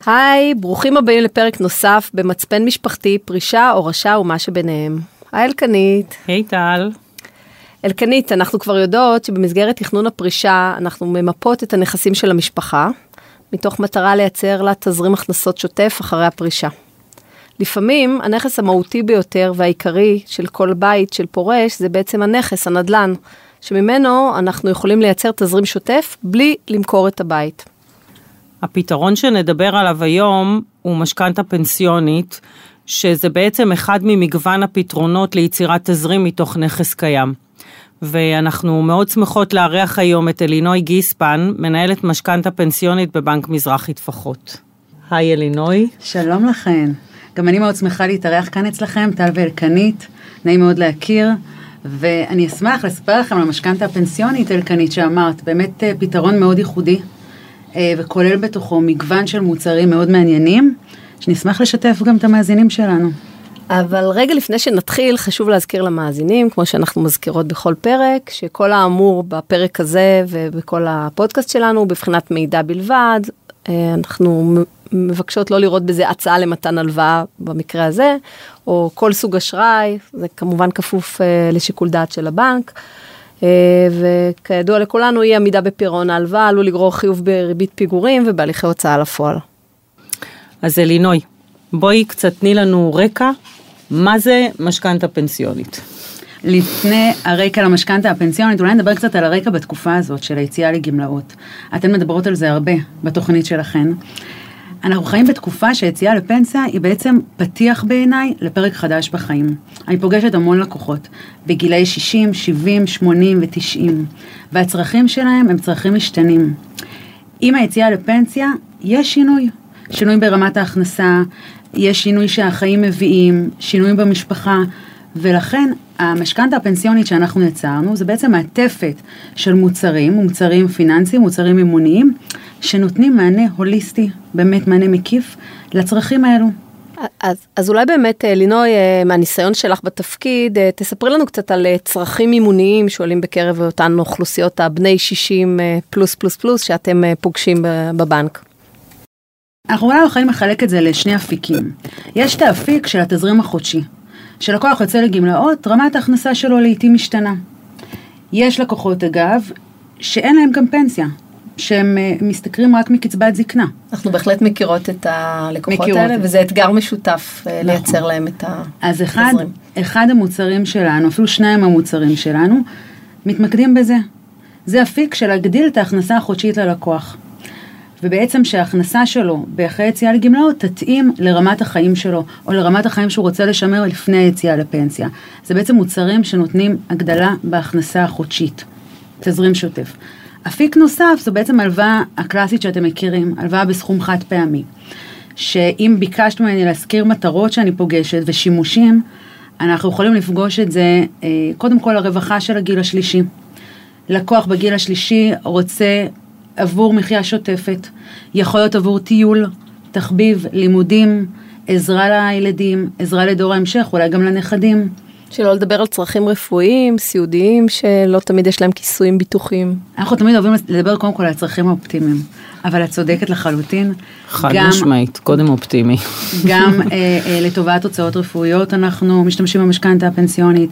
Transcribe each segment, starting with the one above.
היי, ברוכים הבאים לפרק נוסף במצפן משפחתי, פרישה, הורשה ומה שביניהם. היי אלקנית. היי טל. אלקנית, אנחנו כבר יודעות שבמסגרת תכנון הפרישה, אנחנו ממפות את הנכסים של המשפחה, מתוך מטרה לייצר לה תזרים הכנסות שוטף אחרי הפרישה. לפעמים הנכס המהותי ביותר והעיקרי של כל בית של פורש, זה בעצם הנכס, הנדלן, שממנו אנחנו יכולים לייצר תזרים שוטף בלי למכור את הבית. הפתרון שנדבר עליו היום הוא משכנתא פנסיונית, שזה בעצם אחד ממגוון הפתרונות ליצירת תזרים מתוך נכס קיים. ואנחנו מאוד שמחות לארח היום את אלינוי גיספן, מנהלת משכנתא פנסיונית בבנק מזרחי טפחות. היי אלינוי. שלום לכן. גם אני מאוד שמחה להתארח כאן אצלכם, טל ואלקנית, נעים מאוד להכיר, ואני אשמח לספר לכם על המשכנתא הפנסיונית אלקנית שאמרת, באמת פתרון מאוד ייחודי, וכולל בתוכו מגוון של מוצרים מאוד מעניינים, שנשמח לשתף גם את המאזינים שלנו. אבל רגע לפני שנתחיל, חשוב להזכיר למאזינים, כמו שאנחנו מזכירות בכל פרק, שכל האמור בפרק הזה ובכל הפודקאסט שלנו הוא בבחינת מידע בלבד. אנחנו מבקשות לא לראות בזה הצעה למתן הלוואה במקרה הזה, או כל סוג אשראי, זה כמובן כפוף לשיקול דעת של הבנק. וכידוע לכולנו, היא עמידה בפירעון ההלוואה, עלול לגרור חיוב בריבית פיגורים ובהליכי הוצאה לפועל. אז אלינוי, בואי קצת תני לנו רקע, מה זה משכנתא פנסיונית? לפני הרקע למשכנתא הפנסיונית, אולי נדבר קצת על הרקע בתקופה הזאת של היציאה לגמלאות. אתן מדברות על זה הרבה בתוכנית שלכן. אנחנו חיים בתקופה שהיציאה לפנסיה היא בעצם פתיח בעיניי לפרק חדש בחיים. אני פוגשת המון לקוחות בגילי 60, 70, 80 ו-90, והצרכים שלהם הם צרכים משתנים. עם היציאה לפנסיה יש שינוי ברמת ההכנסה, יש שינוי שהחיים מביאים, שינוי במשפחה, ולכן המשכנתא הפנסיונית שאנחנו יצרנו, זה בעצם מעטפת של מוצרים פיננסיים, מוצרים מימוניים, שנותנים מענה הוליסטי, באמת מענה מקיף, לצרכים האלו. אז אולי באמת, אלינוי, מהניסיון שלך בתפקיד, תספרי לנו קצת על צרכים מימוניים שעולים בקרב אותן אוכלוסיות הבני 60 פלוס פלוס פלוס, שאתם פוגשים בבנק. אנחנו אולי יכולים לחלק את זה לשני אפיקים. יש את האפיק של התזרים החודשי. שלקוח יוצא לגמלאות, רמת ההכנסה שלו לעתים משתנה. יש לקוחות אגב, שאין להם גם פנסיה, שהם משתכרים רק מקצבת זקנה. אנחנו בהחלט מכירות את הלקוחות האלה, וזה אתגר משותף לייצר להם את התזרים. אז אחד המוצרים שלנו, אפילו שניים המוצרים שלנו, מתמקדים בזה. זה אפיק של להגדיל את ההכנסה החודשית ללקוח. ובעצם שההכנסה שלו באחרי יציאה לגמלאות תתאים לרמת החיים שלו, או לרמת החיים שהוא רוצה לשמר לפני היציאה לפנסיה. זה בעצם מוצרים שנותנים הגדלה בהכנסה החודשית, תזרים שוטף. אפיק נוסף זו בעצם הלוואה הקלאסית שאתם מכירים, הלוואה בסכום חד פעמי, שאם ביקשת ממני להזכיר מטרות שאני פוגשת ושימושים, אנחנו יכולים לפגוש את זה קודם כל הרווחה של הגיל השלישי. לקוח בגיל השלישי רוצה עבור מחיה שוטפת, יכול להיות עבור טיול, תחביב, לימודים, עזרה לילדים, עזרה לדור ההמשך, אולי גם לנכדים. שלא לדבר על צרכים רפואיים, סיעודיים, שלא תמיד יש להם כיסויים ביטוחים. אנחנו תמיד אוהבים לדבר קודם כל על הצרכים האופטימיים, אבל את צודקת לחלוטין. חד משמעית, קודם אופטימי. גם לטובת הוצאות רפואיות אנחנו משתמשים במשכנתא הפנסיונית,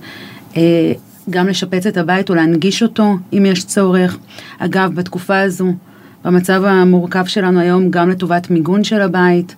גם לשפץ את הבית או להנגיש אותו אם יש צורך. אגב, בתקופה הזו, במצב המורכב שלנו היום, גם לטובת מיגון של הבית,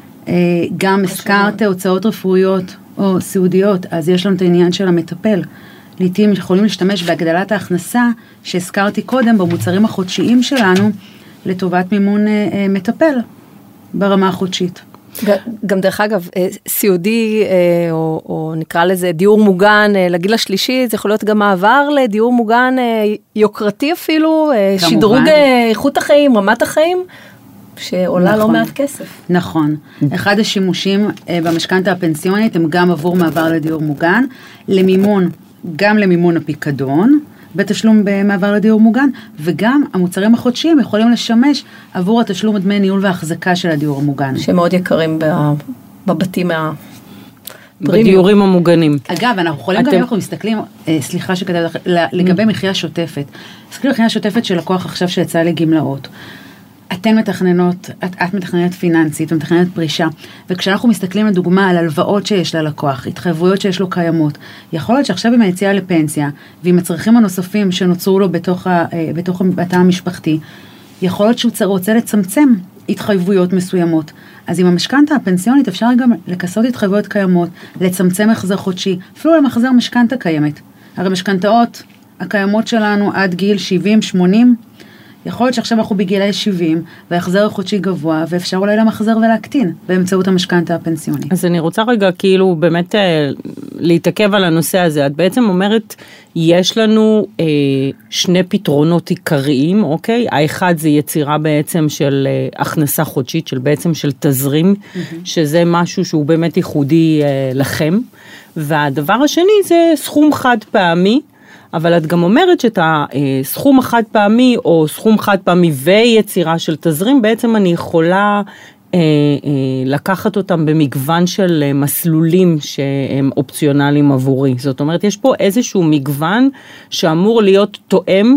גם הזכרת הוצאות רפואיות או סיעודיות, אז יש לנו את העניין של המטפל. לעתים יכולים להשתמש בהגדלת ההכנסה שהזכרתי קודם במוצרים החודשיים שלנו, לטובת מימון מטפל ברמה החודשית. גם דרך אגב, סיעודי, או נקרא לזה דיור מוגן לגיל השלישי, זה יכול להיות גם מעבר לדיור מוגן יוקרתי אפילו, שדרוג איכות החיים, רמת החיים, שעולה לא מעט כסף. נכון. אחד השימושים במשכנתא הפנסיונית הם גם עבור מעבר לדיור מוגן, למימון, גם למימון הפיקדון, בתשלום במעבר לדיור מוגן, וגם המוצרים החודשיים יכולים לשמש עבור התשלום דמי ניהול והחזקה של הדיור המוגן. שמאוד יקרים בבתים בדיורים המוגנים. אגב, אנחנו יכולים גם, אנחנו מסתכלים, סליחה שכתבת, לגבי מחיה שוטפת. מסתכלים מחיה שוטפת של לקוח עכשיו שיצא לגמלאות. אתן מתכננות, את מתכננת פיננסית ומתכננת פרישה, וכשאנחנו מסתכלים לדוגמה על הלוואות שיש ללקוח, התחייבויות שיש לו קיימות, יכול להיות שעכשיו עם היציאה לפנסיה, ועם הצרכים הנוספים שנוצרו לו בתוך התא המשפחתי, יכול להיות שהוא רוצה לצמצם התחייבויות מסוימות. אז עם המשכנתה הפנסיונית אפשר גם לכסות התחייבויות קיימות, לצמצם החזר חודשי, אפילו למחזר משכנתה קיימת. הרי משכנתאות הקיימות שלנו עד גיל 70-80, יכול להיות שעכשיו אנחנו בגילי 70, והחזר החודשי גבוה, ואפשר אולי למחזר ולהקטין, באמצעות המשכנתה הפנסיונית. אז אני רוצה רגע כאילו באמת להתעכב על הנושא הזה. את בעצם אומרת, יש לנו שני פתרונות עיקריים, אוקיי? האחד זה יצירה בעצם של הכנסה חודשית, בעצם של תזרים, שזה משהו שהוא באמת ייחודי לכם. והדבר השני זה סכום חד פעמי, אבל את גם אומרת שאת הסכום החד פעמי, או סכום חד פעמי ויצירה של תזרים, בעצם אני יכולה לקחת אותם במגוון של מסלולים שהם אופציונליים עבורי. זאת אומרת, יש פה איזשהו מגוון שאמור להיות תואם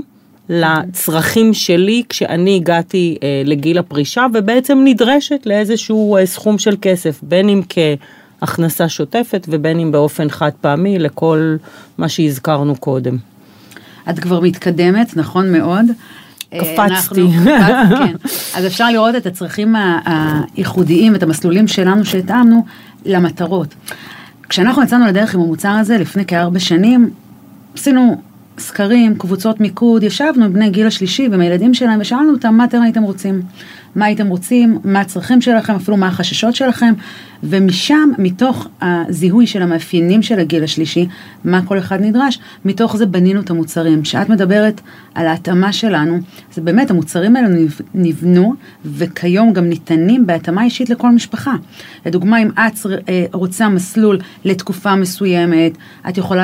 לצרכים שלי כשאני הגעתי לגיל הפרישה, ובעצם נדרשת לאיזשהו סכום של כסף, בין אם הכנסה שוטפת ובין אם באופן חד פעמי לכל מה שהזכרנו קודם. את כבר מתקדמת, נכון מאוד. קפצתי. כן. אז אפשר לראות את הצרכים הייחודיים, את המסלולים שלנו שהתאמנו למטרות. כשאנחנו יצאנו לדרך עם המוצר הזה לפני כ4 שנים, עשינו סקרים, קבוצות מיקוד, ישבנו עם בני גיל השלישי ועם הילדים שלהם ושאלנו אותם מה אתם הייתם רוצים. מה הייתם רוצים, מה הצרכים שלכם, אפילו מה החששות שלכם, ומשם, מתוך הזיהוי של המאפיינים של הגיל השלישי, מה כל אחד נדרש, מתוך זה בנינו את המוצרים. שאת מדברת על ההתאמה שלנו, זה באמת, המוצרים האלה נבנו, וכיום גם ניתנים בהתאמה אישית לכל משפחה. לדוגמה, אם את רוצה מסלול לתקופה מסוימת, את יכולה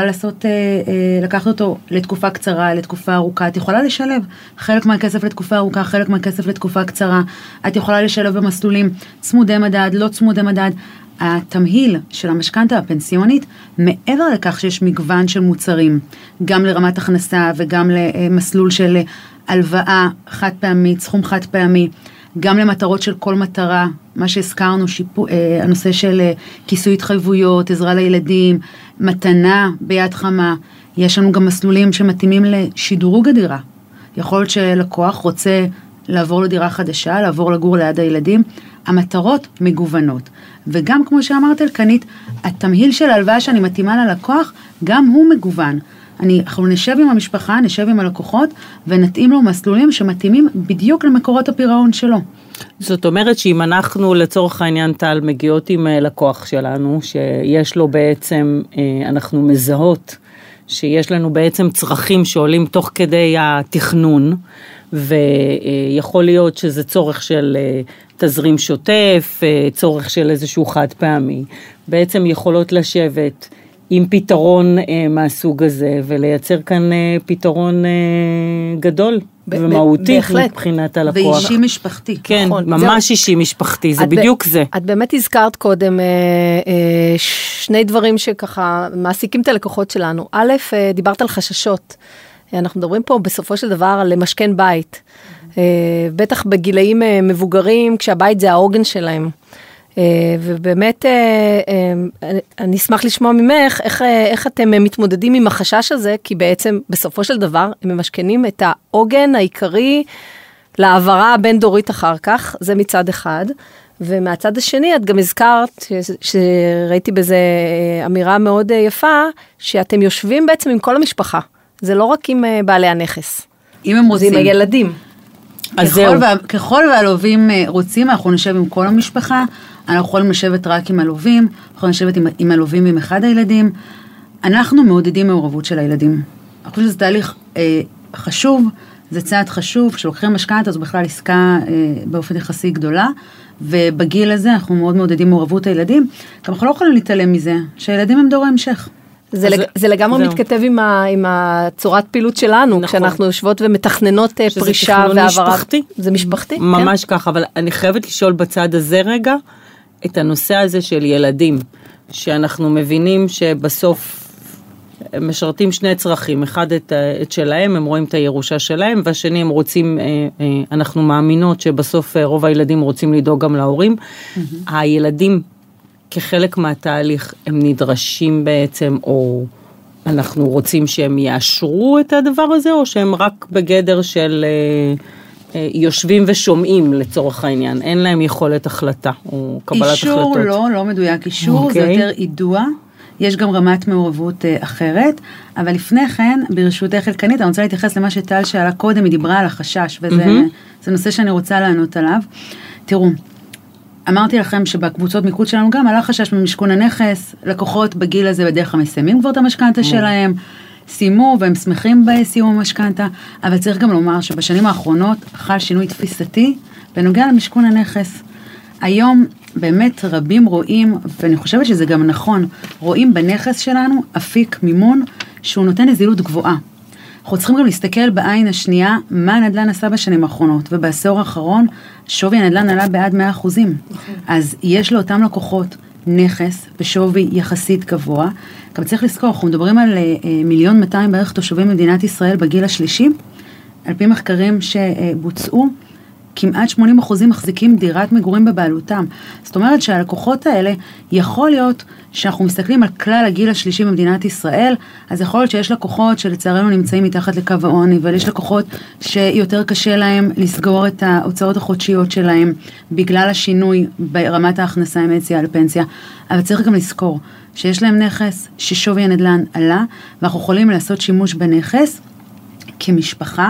לקחת אותו לתקופה קצרה, לתקופה ארוכה, את יכולה לשלב חלק מהכסף לתקופה ארוכה, חלק מהכסף לתקופה קצרה, את יכולה לשלב במסלולים צמודי מדד, לא צמודי מדד. התמהיל של המשכנתה הפנסיונית, מעבר לכך שיש מגוון של מוצרים, גם לרמת הכנסה וגם למסלול של הלוואה חד פעמית, סכום חד פעמי, גם למטרות של כל מטרה, מה שהזכרנו, הנושא של כיסוי התחייבויות, עזרה לילדים, מתנה ביד חמה. יש לנו גם מסלולים שמתאימים לשדרוג הדירה. יכול להיות שלקוח רוצה לעבור לדירה חדשה, לעבור לגור ליד הילדים, המטרות מגוונות. וגם כמו שאמרת אלקנית, התמהיל של ההלוואה שאני מתאימה ללקוח, גם הוא מגוון. אנחנו נשב עם המשפחה, נשב עם הלקוחות, ונתאים לו מסלולים שמתאימים בדיוק למקורות הפירעון שלו. זאת אומרת שאם אנחנו לצורך העניין טל מגיעות עם לקוח שלנו, שיש לו בעצם, אנחנו מזהות, שיש לנו בעצם צרכים שעולים תוך כדי התכנון, ויכול להיות שזה צורך של תזרים שוטף, צורך של איזשהו חד פעמי. בעצם יכולות לשבת עם פתרון מהסוג הזה, ולייצר כאן פתרון גדול ומהותי מבחינת הלקוח. ואישי משפחתי. כן, נכון, ממש אישי משפחתי, זה בדיוק זה. את באמת הזכרת קודם שני דברים שככה מעסיקים את הלקוחות שלנו. א', דיברת על חששות. אנחנו מדברים פה בסופו של דבר על למשכן בית. בטח בגילאים מבוגרים, כשהבית זה העוגן שלהם. ובאמת, אני אשמח לשמוע ממך, איך אתם מתמודדים עם החשש הזה, כי בעצם בסופו של דבר, הם ממשכנים את העוגן העיקרי לעברה הבין-דורית אחר כך, זה מצד אחד, ומהצד השני, את גם הזכרת, שראיתי בזה אמירה מאוד יפה, שאתם יושבים בעצם עם כל המשפחה, זה לא רק עם בעלי הנכס. אם הם רוצים. זה עם הילדים. ככל והלווים רוצים, אנחנו נשב עם כל המשפחה, אנחנו יכולים לשבת רק עם הלווים, אנחנו יכולים לשבת עם הלווים עם אחד הילדים, אנחנו מעודדים מעורבות של הילדים. אני חושבת שזה תהליך חשוב, זה צעד חשוב, כשלוקחים משכנתא, זו בכלל עסקה באופן יחסי גדולה, ובגיל הזה אנחנו מאוד מעודדים מעורבות הילדים, גם אנחנו לא יכולים להתעלם מזה, שהילדים הם דור ההמשך. זה לגמרי מתכתב עם הצורת פעילות שלנו, כשאנחנו יושבות ומתכננות פרישה והעברה. זה משפחתי. ממש ככה, אבל אני חייבת לשאול בצד הזה רגע, את הנושא הזה של ילדים, שאנחנו מבינים שבסוף הם משרתים שני צרכים, אחד את שלהם, הם רואים את הירושה שלהם, והשני הם רוצים, אנחנו מאמינות שבסוף רוב הילדים רוצים לדאוג גם להורים, הילדים כחלק מהתהליך הם נדרשים בעצם, או אנחנו רוצים שהם יאשרו את הדבר הזה, או שהם רק בגדר של יושבים ושומעים לצורך העניין, אין להם יכולת החלטה או קבלת החלטות. אישור לא מדויק, אישור זה יותר אידוע, יש גם רמת מעורבות אחרת, אבל לפני כן, ברשותך אלקנית, אני רוצה להתייחס למה שטל שאלה קודם, היא דיברה על החשש, וזה נושא שאני רוצה לענות עליו. תראו, אמרתי לכם שבקבוצות מיקוד שלנו גם עלה חשש ממשכון הנכס, לקוחות בגיל הזה בדרך כלל מסיימים כבר את המשכנתה שלהם, סיימו והם שמחים בסיום המשכנתה, אבל צריך גם לומר שבשנים האחרונות חל שינוי תפיסתי בנוגע למשכון הנכס. היום באמת רבים רואים, ואני חושבת שזה גם נכון, רואים בנכס שלנו אפיק מימון שהוא נותן נזילות גבוהה. אנחנו צריכים גם להסתכל בעין השנייה מה הנדל"ן עשה בשנים האחרונות, ובעשור האחרון שווי הנדל"ן עלה בעד 100%. אז יש לאותם לקוחות נכס בשווי יחסית גבוה. גם צריך לזכור, אנחנו מדברים על 1,200,000 בערך תושבים במדינת ישראל בגיל השלישי, על פי מחקרים שבוצעו, כמעט 80% מחזיקים דירת מגורים בבעלותם. זאת אומרת שהלקוחות האלה, יכול להיות שאנחנו מסתכלים על כלל הגיל השלישי במדינת ישראל, אז יכול להיות שיש לקוחות שלצערנו נמצאים מתחת לקו העוני, אבל יש לקוחות שיותר קשה להם לסגור את ההוצאות החודשיות שלהם, בגלל השינוי ברמת ההכנסה עם היציאה לפנסיה. אבל צריך גם לזכור שיש להם נכס ששווי הנדל"ן עלה, ואנחנו יכולים לעשות שימוש בנכס כמשפחה,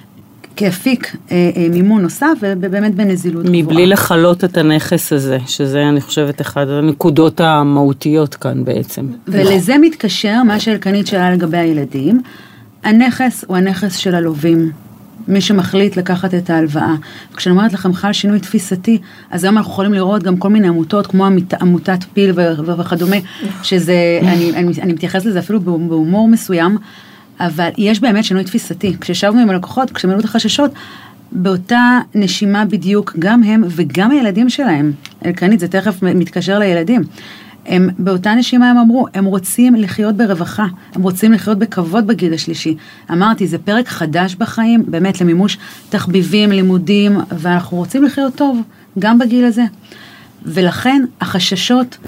כאפיק מימון נוסף, ובאמת בנזילות גבוהה. מבלי לחלות את הנכס הזה, שזה אני חושבת אחד הנקודות המהותיות כאן בעצם. ולזה מתקשר מה שאלקנית שאלה לגבי הילדים, הנכס הוא הנכס של הלווים, מי שמחליט לקחת את ההלוואה. כשאני אומרת לכם חל שינוי תפיסתי, אז היום אנחנו יכולים לראות גם כל מיני עמותות, כמו עמותת פיל וכדומה, שזה, אני מתייחס לזה אפילו בהומור מסוים, אבל יש באמת שינוי תפיסתי. כששבנו עם הלקוחות, כשמילאו את החששות, באותה נשימה בדיוק, גם הם וגם הילדים שלהם, אלקנית, זה תכף מתקשר לילדים, הם באותה נשימה הם אמרו, הם רוצים לחיות ברווחה, הם רוצים לחיות בכבוד בגיל השלישי. אמרתי, זה פרק חדש בחיים, באמת למימוש תחביבים, לימודים, ואנחנו רוצים לחיות טוב, גם בגיל הזה. ולכן החששות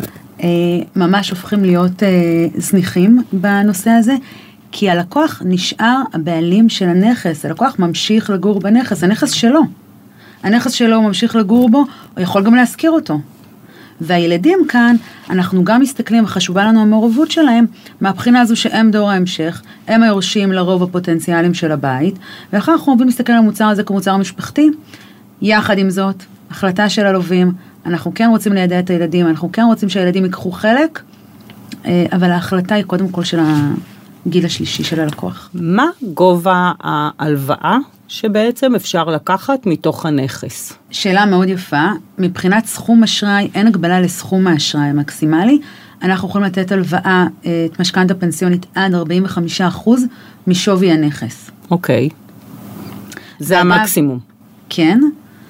ממש הופכים להיות זניחים בנושא הזה, כי הלקוח נשאר הבעלים של הנכס, הלקוח ממשיך לגור בנכס, הנכס שלו. הנכס שלו הוא ממשיך לגור בו, הוא יכול גם להזכיר אותו. והילדים כאן, אנחנו גם מסתכלים, חשובה לנו המעורבות שלהם, מהבחינה הזו שהם דור ההמשך, הם היורשים לרוב הפוטנציאלים של הבית, ואחר אנחנו מובילים להסתכל על המוצר הזה כמוצר משפחתי, יחד עם זאת, החלטה של הלווים, אנחנו כן רוצים לידע את הילדים, אנחנו כן רוצים שהילדים ייקחו חלק, אבל ההחלטה היא קודם כל של הגיל השלישי של הלקוח. מה גובה ההלוואה שבעצם אפשר לקחת מתוך הנכס? שאלה מאוד יפה. מבחינת סכום אשראי, אין הגבלה לסכום האשראי המקסימלי. אנחנו יכולים לתת הלוואה, את משכנתא פנסיונית עד 45% משווי הנכס. אוקיי. זה המקסימום. כן.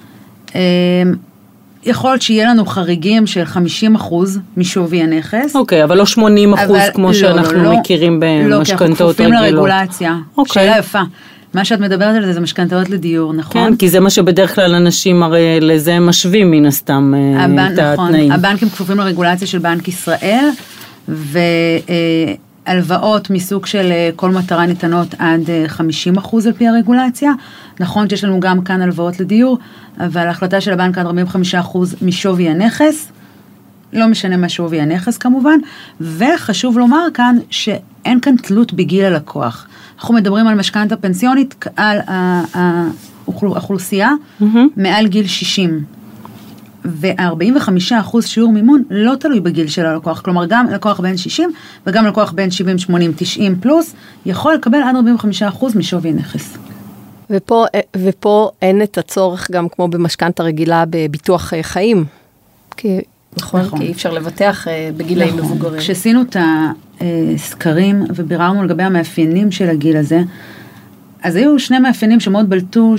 יכול להיות שיהיה לנו חריגים של 50% משווי הנכס. אוקיי, אבל לא 80% כמו שאנחנו מכירים במשכנתאות רגילות. לא, כי אנחנו כפופים לרגולציה. שאלה יפה. מה שאת מדברת על זה משכנתאות לדיור, נכון? כן, כי זה מה שבדרך כלל אנשים הרי לזה משווים מן הסתם את התנאים. הבנקים כפופים לרגולציה של בנק ישראל, והלוואות מסוג של כל מטרה ניתנות עד 50% על פי הרגולציה. נכון שיש לנו גם כאן הלוואות לדיור, אבל ההחלטה של הבנק עד 45% משווי הנכס, לא משנה מה שווי הנכס כמובן, וחשוב לומר כאן שאין כאן תלות בגיל הלקוח. אנחנו מדברים על משכנתא פנסיונית, על האוכלוסייה מעל גיל 60. ו-45% שיעור מימון לא תלוי בגיל של הלקוח, כלומר גם לקוח בין 60 וגם לקוח בין 70, 80, 90 פלוס, יכול לקבל עד 45% משווי נכס. ופה אין את הצורך גם כמו במשכנתא רגילה בביטוח חיים. נכון, כי אי אפשר לבטח בגילאים מבוגרים. כשעשינו את הסקרים וביררנו לגבי המאפיינים של הגיל הזה, אז היו שני מאפיינים שמאוד בלטו,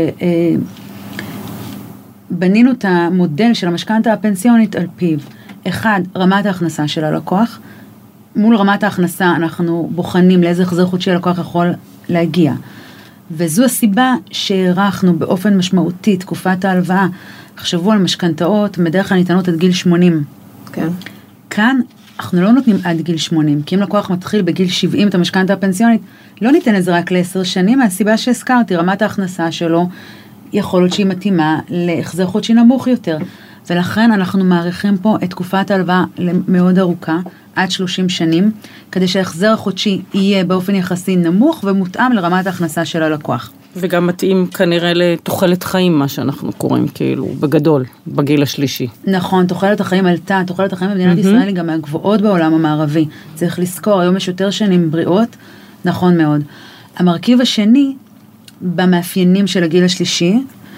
שבנינו את המודל של המשכנתא הפנסיונית על פיו. אחד, רמת ההכנסה של הלקוח. מול רמת ההכנסה אנחנו בוחנים לאיזה החזר חודשי הלקוח יכול להגיע. וזו הסיבה שהערכנו באופן משמעותי תקופת ההלוואה. חשבו על משכנתאות, בדרך כלל ניתנות עד גיל 80. כן. כאן אנחנו לא נותנים עד גיל 80, כי אם לקוח מתחיל בגיל 70 את המשכנתה הפנסיונית, לא ניתן את זה רק ל10 שנים, מהסיבה שהזכרתי, רמת ההכנסה שלו יכול להיות שהיא מתאימה להחזר חודשי נמוך יותר. ולכן אנחנו מעריכים פה את תקופת ההלוואה מאוד ארוכה, עד 30 שנים, כדי שההחזר החודשי יהיה באופן יחסי נמוך ומותאם לרמת ההכנסה של הלקוח. וגם מתאים כנראה לתוחלת חיים, מה שאנחנו קוראים כאילו בגדול, בגיל השלישי. נכון, תוחלת החיים עלתה, תוחלת החיים במדינת ישראל היא גם מהגבוהות בעולם המערבי. צריך לזכור, היום יש יותר שנים בריאות, נכון מאוד. המרכיב השני, במאפיינים של הגיל השלישי,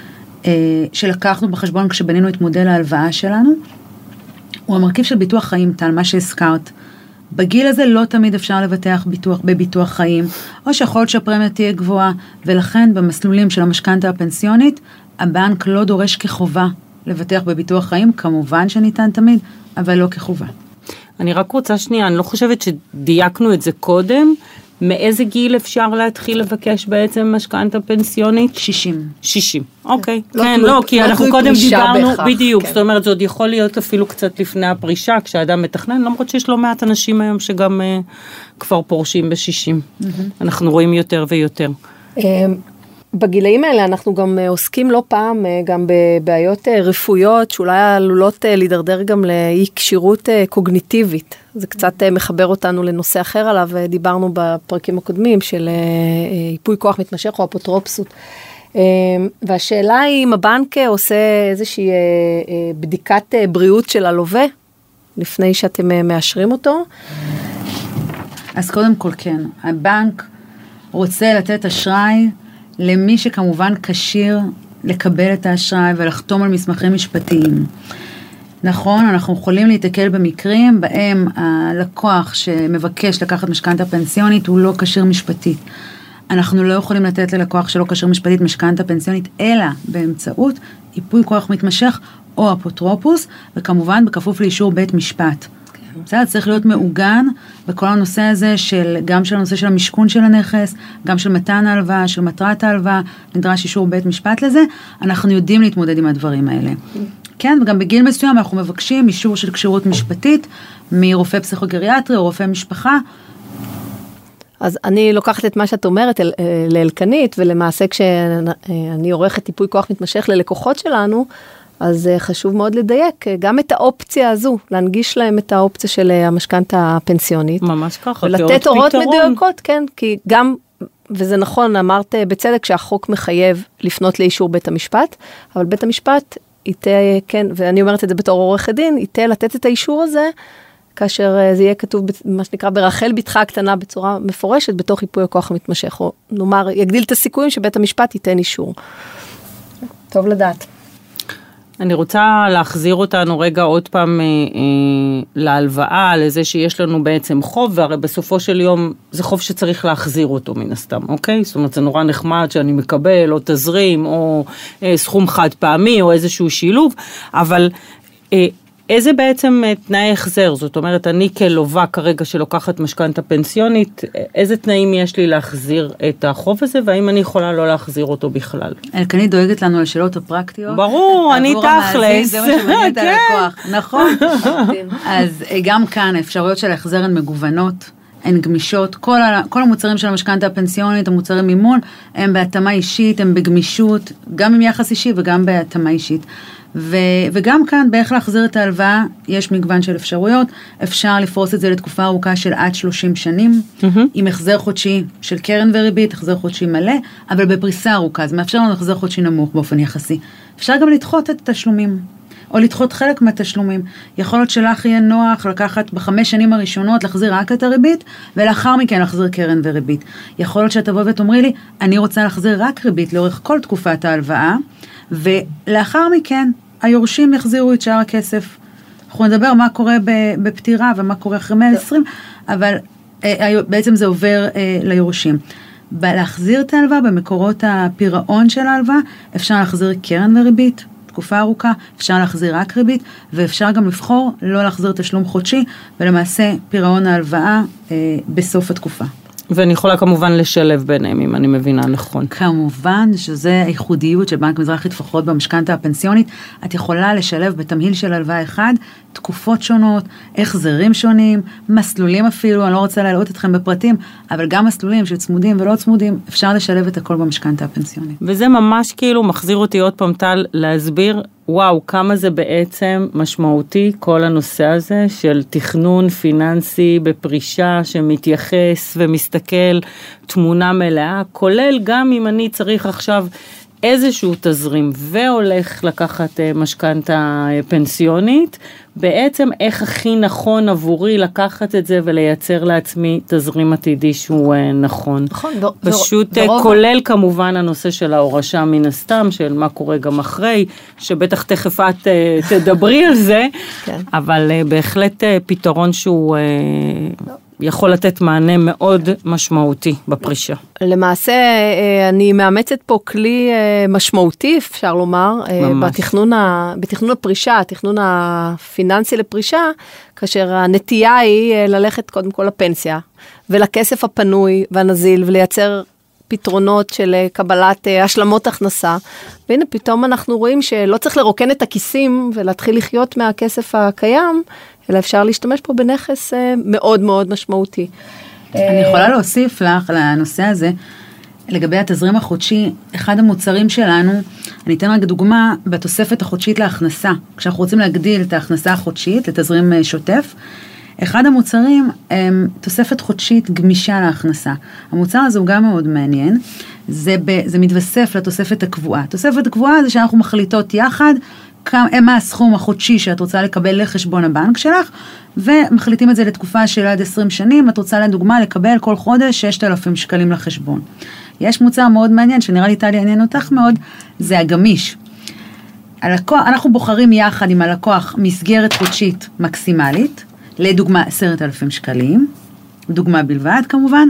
שלקחנו בחשבון כשבנינו את מודל ההלוואה שלנו, הוא המרכיב של ביטוח חיים, טל, מה שהזכרת. בגיל הזה לא תמיד אפשר לבטח בביטוח חיים, או שיכול להיות שהפרמיה תהיה גבוהה, ולכן במסלולים של המשכנתה הפנסיונית, הבנק לא דורש כחובה לבטח בביטוח חיים, כמובן שניתן תמיד, אבל לא כחובה. אני רק רוצה שנייה, אני לא חושבת שדייקנו את זה קודם, מאיזה גיל אפשר להתחיל לבקש בעצם משכנתה פנסיונית? 60. אוקיי. כן, לא, כי אנחנו קודם דיברנו, בדיוק, זאת אומרת, זה עוד יכול להיות אפילו קצת לפני הפרישה, כשאדם מתכנן, למרות שיש לא מעט אנשים היום שגם כבר פורשים ב-60. אנחנו רואים יותר ויותר. בגילאים האלה אנחנו גם עוסקים לא פעם, גם בבעיות רפואיות, שאולי עלולות להידרדר גם לאי קשירות קוגניטיבית. זה קצת מחבר אותנו לנושא אחר עליו, דיברנו בפרקים הקודמים של ייפוי כוח מתמשך או אפוטרופסות. והשאלה היא אם הבנק עושה איזושהי בדיקת בריאות של הלווה, לפני שאתם מאשרים אותו. אז קודם כל כן, הבנק רוצה לתת אשראי, למי שכמובן כשיר לקבל את האשראי ולחתום על מסמכים משפטיים. נכון, אנחנו יכולים להתקל במקרים בהם הלקוח שמבקש לקחת משכנתה פנסיונית הוא לא כשיר משפטית. אנחנו לא יכולים לתת ללקוח שלא כשיר משפטית משכנתה פנסיונית, אלא באמצעות ייפוי כוח מתמשך או אפוטרופוס, וכמובן בכפוף לאישור בית משפט. בסדר, צריך להיות מעוגן בכל הנושא הזה גם של הנושא של המשכון של הנכס, גם של מתן ההלוואה, של מטרת ההלוואה, נדרש אישור בית משפט לזה, אנחנו יודעים להתמודד עם הדברים האלה. כן, וגם בגיל מסוים אנחנו מבקשים אישור של כשירות משפטית, מרופא פסיכוגריאטרי או רופא משפחה. אז אני לוקחת את מה שאת אומרת לאלקנית, ולמעשה כשאני עורכת ייפוי כוח מתמשך ללקוחות שלנו, אז חשוב מאוד לדייק גם את האופציה הזו, להנגיש להם את האופציה של המשכנתה הפנסיונית. ממש ככה, ולתת הוראות מדויקות, כן, כי גם, וזה נכון, אמרת בצדק שהחוק מחייב לפנות לאישור בית המשפט, אבל בית המשפט ייתה, כן, ואני אומרת את זה בתור עורך הדין, ייתה לתת את האישור הזה, כאשר זה יהיה כתוב, מה שנקרא, ברחל בתך הקטנה בצורה מפורשת, בתוך ייפוי הכוח המתמשך, או נאמר, יגדיל את הסיכויים שבית המשפט ייתן אישור. טוב לדעת. אני רוצה להחזיר אותנו רגע עוד פעם להלוואה, לזה שיש לנו בעצם חוב, והרי בסופו של יום זה חוב שצריך להחזיר אותו מן הסתם, אוקיי? זאת אומרת, זה נורא נחמד שאני מקבל, או תזרים, או סכום חד פעמי, או איזשהו שילוב, אבל איזה בעצם תנאי החזר? זאת אומרת, אני כלווה כרגע שלוקחת משכנתה פנסיונית, איזה תנאים יש לי להחזיר את החוב הזה, והאם אני יכולה לא להחזיר אותו בכלל? אלקנית דואגת לנו על שאלות הפרקטיות. ברור, אני תכלס. זה מה שמעניין את הלקוח. נכון. אז גם כאן האפשרויות של ההחזר הן מגוונות, הן גמישות. כל המוצרים של המשכנתה הפנסיונית, המוצרים מימון, הם בהתאמה אישית, הם בגמישות, גם עם יחס אישי וגם בהתאמה אישית. וגם כאן, באיך להחזיר את ההלוואה, יש מגוון של אפשרויות, אפשר לפרוס את זה לתקופה ארוכה של עד 30 שנים, עם החזר חודשי של קרן וריבית, החזר חודשי מלא, אבל בפריסה ארוכה, זה מאפשר לנו החזר חודשי נמוך באופן יחסי. אפשר גם לדחות את התשלומים, או לדחות חלק מהתשלומים. יכול להיות שלך יהיה נוח לקחת ב5 שנים הראשונות, להחזיר רק את הריבית, ולאחר מכן להחזיר קרן וריבית. יכול להיות שתבוא ותאמרי לי, אני רוצה להחזיר רק ריבית לאורך כל תקופת ההלוואה, ולאחר מכן היורשים יחזירו את שאר הכסף. אנחנו נדבר מה קורה בפטירה ומה קורה אחרי 120, אבל בעצם זה עובר ליורשים. להחזיר את ההלוואה במקורות הפירעון של ההלוואה, אפשר להחזיר קרן וריבית, תקופה ארוכה, אפשר להחזיר רק ריבית, ואפשר גם לבחור לא להחזיר תשלום חודשי, ולמעשה פירעון ההלוואה בסוף התקופה. ואני יכולה כמובן לשלב ביניהם, אם אני מבינה נכון. כמובן שזה הייחודיות של בנק מזרחי לפחות במשכנתא הפנסיונית, את יכולה לשלב בתמהיל של הלוואה אחד, תקופות שונות, החזרים שונים, מסלולים אפילו, אני לא רוצה להעלות אתכם בפרטים, אבל גם מסלולים שצמודים ולא צמודים, אפשר לשלב את הכל במשכנתא הפנסיונית. וזה ממש כאילו מחזיר אותי עוד פעם טל להסביר, וואו, כמה זה בעצם משמעותי כל הנושא הזה של תכנון פיננסי בפרישה שמתייחס ומסתכל תמונה מלאה, כולל גם אם אני צריך עכשיו איזשהו תזרים והולך לקחת משכנתא פנסיונית, בעצם איך הכי נכון עבורי לקחת את זה ולייצר לעצמי תזרים עתידי שהוא נכון. נכון. פשוט כולל כמובן הנושא של ההורשה מן הסתם, של מה קורה גם אחרי, שבטח תכף את תדברי על זה, אבל בהחלט פתרון שהוא יכול לתת מענה מאוד משמעותי בפרישה. למעשה, אני מאמצת פה כלי משמעותי, אפשר לומר, בתכנון הפרישה, התכנון הפיננסי לפרישה, כאשר הנטייה היא ללכת קודם כל לפנסיה, ולכסף הפנוי והנזיל, ולייצר פתרונות של קבלת השלמות הכנסה, והנה פתאום אנחנו רואים שלא צריך לרוקן את הכיסים, ולהתחיל לחיות מהכסף הקיים, אלא אפשר להשתמש פה בנכס מאוד מאוד משמעותי. אני יכולה להוסיף לך לנושא הזה, לגבי התזרים החודשי, אחד המוצרים שלנו, אני אתן רק דוגמה, בתוספת החודשית להכנסה, כשאנחנו רוצים להגדיל את ההכנסה החודשית, לתזרים שוטף, אחד המוצרים הם תוספת חודשית גמישה להכנסה. המוצר הזה הוא גם מאוד מעניין, זה מתווסף לתוספת הקבועה. תוספת הקבועה זה שאנחנו מחליטות יחד, מה הסכום החודשי שאת רוצה לקבל לחשבון הבנק שלך, ומחליטים את זה לתקופה של עד 20 שנים, את רוצה לדוגמה לקבל כל חודש 6,000 שקלים לחשבון. יש מוצר מאוד מעניין, שנראה לי טלי עניין אותך מאוד, זה הגמיש. אנחנו בוחרים יחד עם הלקוח מסגרת חודשית מקסימלית, לדוגמה 10,000 שקלים, דוגמה בלבד כמובן,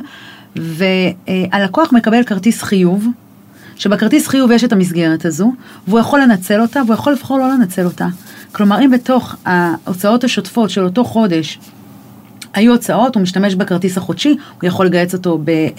והלקוח מקבל כרטיס חיוב, שבכרטיס חיוב יש את המסגרת הזו, והוא יכול לנצל אותה, והוא יכול לבחור לא לנצל אותה. כלומר, אם בתוך ההוצאות השוטפות של אותו חודש, היו הוצאות, הוא משתמש בכרטיס החודשי, הוא יכול לגייס אותו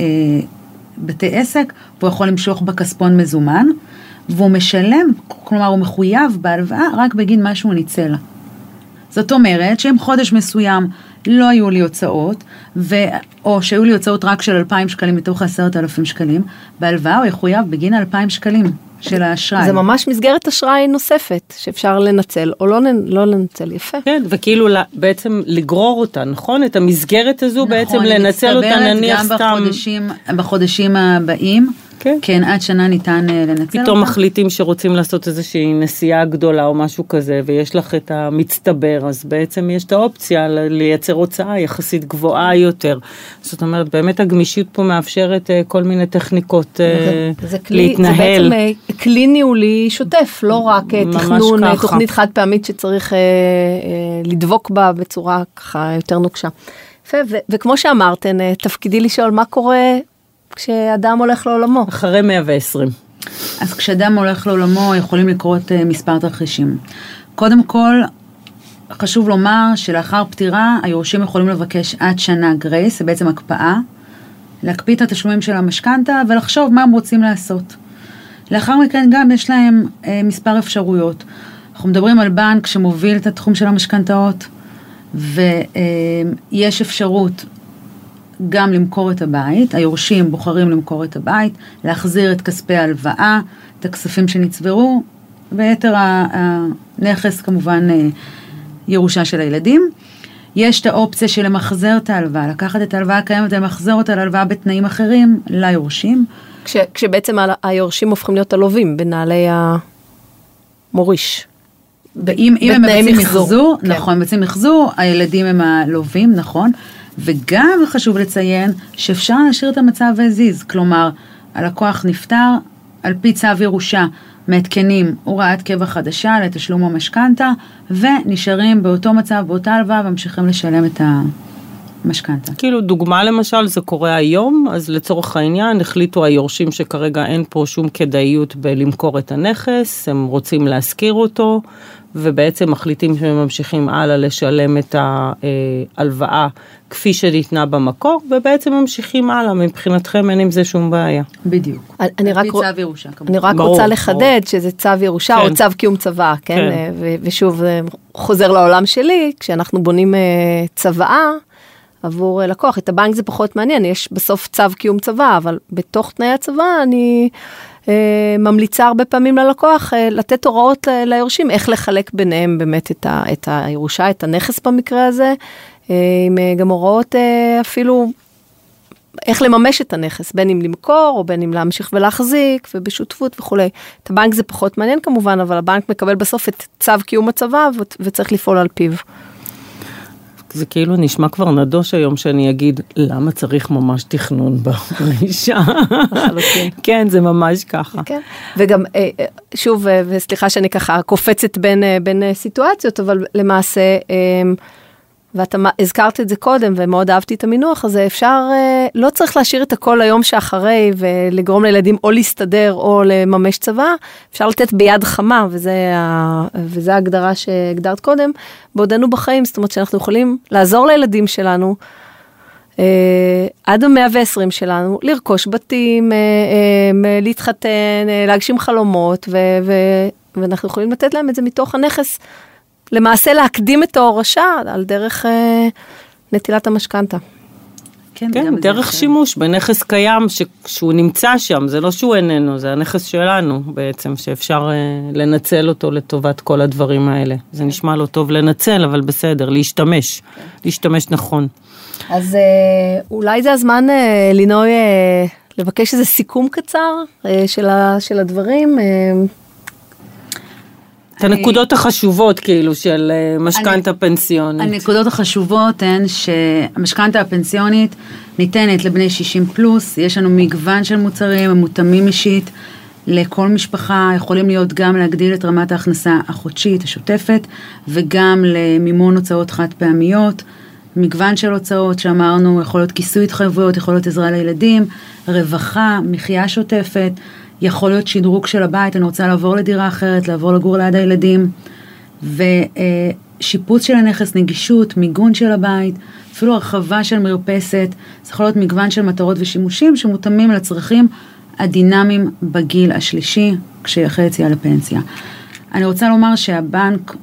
בבתי עסק, והוא יכול למשוך בכספון מזומן, והוא משלם, כלומר, הוא מחויב בהלוואה רק בגין מה שהוא ניצל. זאת אומרת, שאם חודש מסוים לא היו לי הוצאות, או שהיו לי הוצאות רק של 2,000 שקלים מתוך 10,000 שקלים, בהלוואה הוא יחויב בגין 2,000 שקלים של האשראי. זה ממש מסגרת אשראי נוספת, שאפשר לנצל או לא לנצל, יפה. כן, וכאילו בעצם לגרור אותה, נכון? את המסגרת הזו בעצם לנצל אותה נניח סתם. גם בחודשים הבאים, כן, עד שנה ניתן לנצל אותה. פתאום מחליטים שרוצים לעשות איזושהי נסיעה גדולה או משהו כזה, ויש לך את המצטבר, אז בעצם יש את האופציה לייצר הוצאה יחסית גבוהה יותר. זאת אומרת, באמת הגמישות פה מאפשרת כל מיני טכניקות להתנהל. זה בעצם כלי ניהולי שוטף, לא רק תכנון, תוכנית חד פעמית שצריך לדבוק בה בצורה ככה יותר נוקשה. וכמו שאמרתן, תפקידי לשאול מה קורה כשאדם הולך לעולמו. אחרי 120. אז כשאדם הולך לעולמו יכולים לקרות מספר תרחישים. קודם כל, חשוב לומר שלאחר פטירה, היורשים יכולים לבקש עד שנה גרייס, זה בעצם הקפאה, להקפיא את התשלומים של המשכנתא ולחשוב מה הם רוצים לעשות. לאחר מכן גם יש להם מספר אפשרויות. אנחנו מדברים על בנק שמוביל את התחום של המשכנתאות, ויש אפשרות גם למכור את הבית, היורשים בוחרים למכור את הבית, להחזיר את כספי ההלוואה, את הכספים שנצברו, ויתר הנכס כמובן ירושה של הילדים. יש את האופציה של למחזר את ההלוואה, לקחת את ההלוואה הקיימת ולמחזר אותה להלוואה בתנאים אחרים ליורשים. כשבעצם היורשים הופכים להיות הלווים בנעלי המוריש. אם הם מבצעים מחזור, נכון, מבצעים מחזור, הילדים הם הלווים, נכון, וגם חשוב לציין שאפשר להשאיר את המצב והזיז, כלומר, הלקוח נפטר, על פי צו ירושה, מעדכנים הוראת קבע חדשה לתשלום המשכנתא, ונשארים באותו מצב, באותה הלוואה, וממשיכים לשלם משכנתה. כאילו דוגמה למשל, זה קורה היום, אז לצורך העניין החליטו היורשים שכרגע אין פה שום כדאיות בלמכור את הנכס, הם רוצים להשכיר אותו, ובעצם מחליטים שהם ממשיכים הלאה לשלם את ההלוואה כפי שניתנה במקור, ובעצם ממשיכים הלאה, מבחינתכם אין עם זה שום בעיה. בדיוק. אני רק רוצה לחדד שזה צו ירושה או צו קיום צוואה, כן? ושוב, חוזר לעולם שלי, כשאנחנו בונים צוואה עבור לקוח, את הבנק זה פחות מעניין, יש בסוף צו קיום צוואה, אבל בתוך תנאי הצוואה אני ממליצה הרבה פעמים ללקוח לתת הוראות ליורשים, איך לחלק ביניהם באמת את הירושה, את הנכס במקרה הזה, עם גם הוראות אפילו איך לממש את הנכס, בין אם למכור או בין אם להמשיך ולהחזיק ובשותפות וכו'. את הבנק זה פחות מעניין כמובן, אבל הבנק מקבל בסוף את צו קיום הצוואה וצריך לפעול על פיו. זה כאילו נשמע כבר נדוש היום שאני אגיד, למה צריך ממש תכנון באישה? כן, זה ממש ככה. וגם, שוב, וסליחה שאני ככה קופצת בין סיטואציות, אבל למעשה, ואתה הזכרת את זה קודם, ומאוד אהבתי את המינוח הזה, אפשר, לא צריך להשאיר את הכל היום שאחרי, ולגרום לילדים או להסתדר, או לממש צבא, אפשר לתת ביד חמה, וזה ההגדרה שהגדרת קודם, בעודנו בחיים, זאת אומרת שאנחנו יכולים לעזור לילדים שלנו, עד ה-120 שלנו, לרכוש בתים, להתחתן, להגשים חלומות, ואנחנו יכולים לתת להם את זה מתוך הנכס, למעשה להקדים את ההורשה על דרך נטילת המשכנתה. כן, דרך שימוש בנכס קיים שהוא נמצא שם, זה לא שהוא איננו, זה הנכס שלנו בעצם, שאפשר לנצל אותו לטובת כל הדברים האלה. זה נשמע לא טוב לנצל, אבל בסדר, להשתמש נכון. אז אולי זה הזמן, לינוי, לבקש איזה סיכום קצר של הדברים, את הנקודות החשובות כאילו של משכנתה פנסיונית. הנקודות החשובות הן שהמשכנתה הפנסיונית ניתנת לבני 60 פלוס, יש לנו מגוון של מוצרים, הם מותאמים אישית לכל משפחה, יכולים להיות גם להגדיל את רמת ההכנסה החודשית, השוטפת, וגם למימון הוצאות חד פעמיות, מגוון של הוצאות שאמרנו, יכול להיות כיסוי התחייבויות, יכול להיות עזרה לילדים, רווחה, מחיה שוטפת, יכול להיות שדרוג של הבית, אני רוצה לעבור לדירה אחרת, לעבור לגור ליד הילדים, ושיפוץ של הנכס, נגישות, מיגון של הבית, אפילו הרחבה של מרפסת, זה יכול להיות מגוון של מטרות ושימושים שמותאמים לצרכים הדינמיים בגיל השלישי, כשאחרי יציאה לפנסיה. אני רוצה לומר שהבנק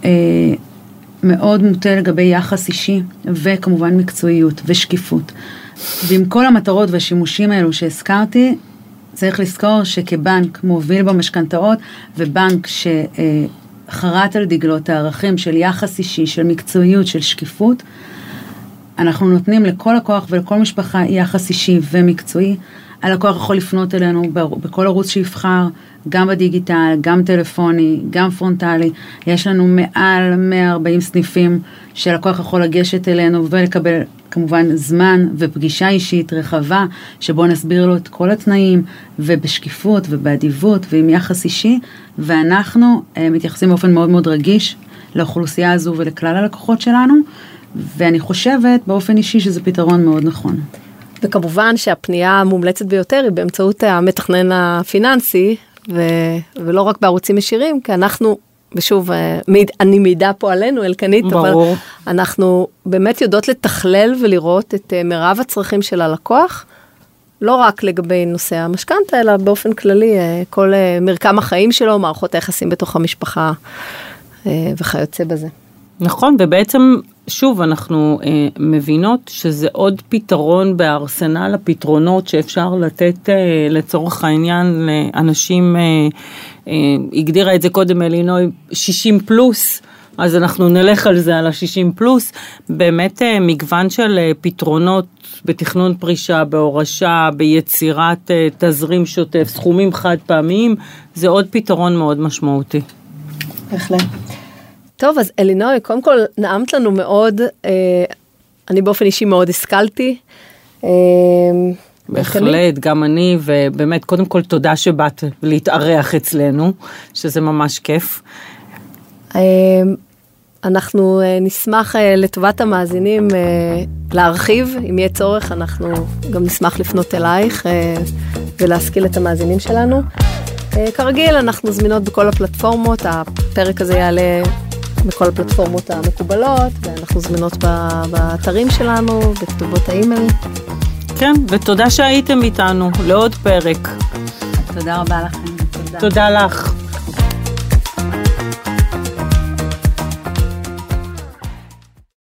מאוד מוטה לגבי יחס אישי, וכמובן מקצועיות ושקיפות. ועם כל המטרות והשימושים האלו שהזכרתי, צריך לזכור שכבנק מוביל במשכנתאות, ובנק שחרט על דגלות הערכים של יחס אישי, של מקצועיות, של שקיפות, אנחנו נותנים לכל לקוח ולכל משפחה יחס אישי ומקצועי. הלקוח יכול לפנות אלינו בכל ערוץ שיבחר, גם בדיגיטל, גם טלפוני, גם פרונטלי. יש לנו מעל 140 סניפים שלקוח יכול לגשת אלינו ולקבל כמובן זמן ופגישה אישית רחבה, שבו נסביר לו את כל התנאים, ובשקיפות ובאדיבות ועם יחס אישי, ואנחנו מתייחסים באופן מאוד מאוד רגיש לאוכלוסייה הזו ולכלל הלקוחות שלנו, ואני חושבת באופן אישי שזה פתרון מאוד נכון. וכמובן שהפנייה המומלצת ביותר היא באמצעות המתכנן הפיננסי, ולא רק בערוצים ישירים, כי אנחנו, ושוב, אני מידע פה עלינו, אלקנית, אבל אנחנו באמת יודעות לתכלל ולראות את מרב הצרכים של הלקוח, לא רק לגבי נושא המשכנתה, אלא באופן כללי, כל מרקם החיים שלו, מערכות היחסים בתוך המשפחה, וכיוצא בזה. נכון, ובעצם, שוב, אנחנו מבינות שזה עוד פתרון בארסנל הפתרונות שאפשר לתת לצורך העניין לאנשים, הגדירה את זה קודם אלינוי, 60 פלוס, אז אנחנו נלך על זה, על ה-60 פלוס, באמת מגוון של פתרונות בתכנון פרישה, בהורשה, ביצירת תזרים שוטף, סכומים חד פעמיים, זה עוד פתרון מאוד משמעותי. בהחלט. טוב, אז אלינוי, קודם כל נעמת לנו מאוד, אני באופן אישי מאוד השכלתי. בהחלט, גם אני, ובאמת, קודם כל תודה שבאת להתארח אצלנו, שזה ממש כיף. אנחנו נשמח לטובת המאזינים להרחיב, אם יהיה צורך, אנחנו גם נשמח לפנות אלייך ולהשכיל את המאזינים שלנו. כרגיל, אנחנו זמינות בכל הפלטפורמות, הפרק הזה יעלה בכל הפלטפורמות המקובלות, ואנחנו זמינות באתרים שלנו, בכתובות האימייל. כן, ותודה שהייתם איתנו לעוד פרק. תודה רבה לכם. תודה לך.